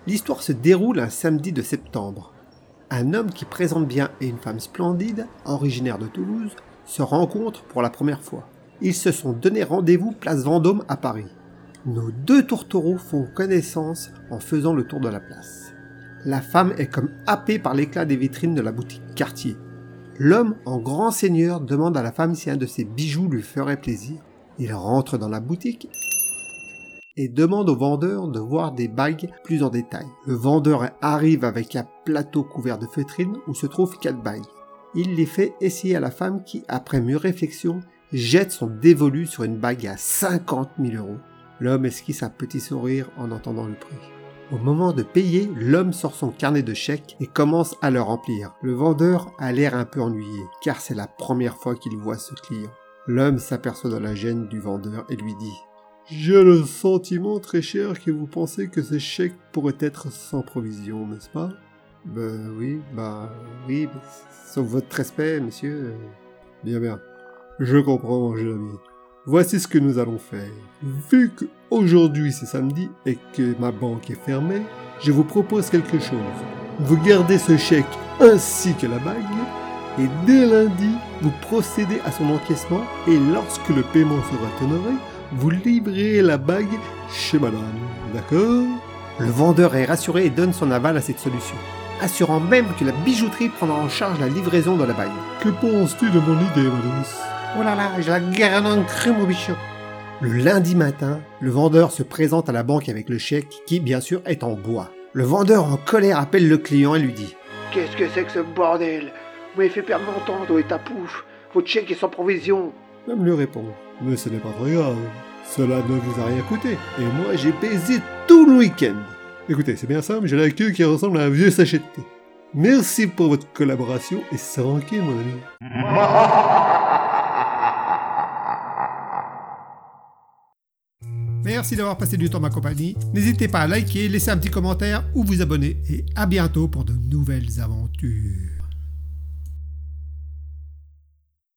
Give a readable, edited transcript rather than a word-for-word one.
L'histoire se déroule un samedi de septembre. Un homme qui présente bien et une femme splendide, originaire de Toulouse, se rencontrent pour la première fois. Ils se sont donné rendez-vous place Vendôme à Paris. Nos deux tourtereaux font connaissance en faisant le tour de la place. La femme est comme happée par l'éclat des vitrines de la boutique Cartier. L'homme, en grand seigneur, demande à la femme si un de ses bijoux lui ferait plaisir. Il rentre dans la boutique et demande au vendeur de voir des bagues plus en détail. Le vendeur arrive avec un plateau couvert de feutrine où se trouvent 4 bagues. Il les fait essayer à la femme qui, après mûre réflexion, jette son dévolu sur une bague à 50 000 €. L'homme esquisse un petit sourire en entendant le prix. Au moment de payer, l'homme sort son carnet de chèques et commence à le remplir. Le vendeur a l'air un peu ennuyé, car c'est la première fois qu'il voit ce client. L'homme s'aperçoit de la gêne du vendeur et lui dit « J'ai le sentiment, très cher, que vous pensez que ce chèque pourrait être sans provision, n'est-ce pas ?»« oui, sauf votre respect, monsieur. » Bien. Je comprends, mon jeune ami. Voici ce que nous allons faire. Vu qu'aujourd'hui c'est samedi et que ma banque est fermée, je vous propose quelque chose. Vous gardez ce chèque ainsi que la bague, et dès lundi, vous procédez à son encaissement, et lorsque le paiement sera honoré, vous livrez la bague chez madame, d'accord ? Le vendeur est rassuré et donne son aval à cette solution, assurant même que la bijouterie prendra en charge la livraison de la bague. Que penses-tu de mon idée, ma douce ? Oh là là, je la garde en crème au bichon. Le lundi matin, le vendeur se présente à la banque avec le chèque qui, bien sûr, est en bois. Le vendeur en colère appelle le client et lui dit « Qu'est-ce que c'est que ce bordel ? Vous m'avez fait perdre mon temps, d'où est ta pouffe ? Votre chèque est sans provision. » L'homme lui répond « Mais ce n'est pas très grave. Cela ne vous a rien coûté. Et moi, j'ai pesé tout le week-end. Écoutez, c'est bien simple, j'ai la queue qui ressemble à un vieux sachet de thé. Merci pour votre collaboration et tranquille, mon ami. » Merci d'avoir passé du temps ma compagnie. N'hésitez pas à liker, laisser un petit commentaire ou vous abonner. Et à bientôt pour de nouvelles aventures.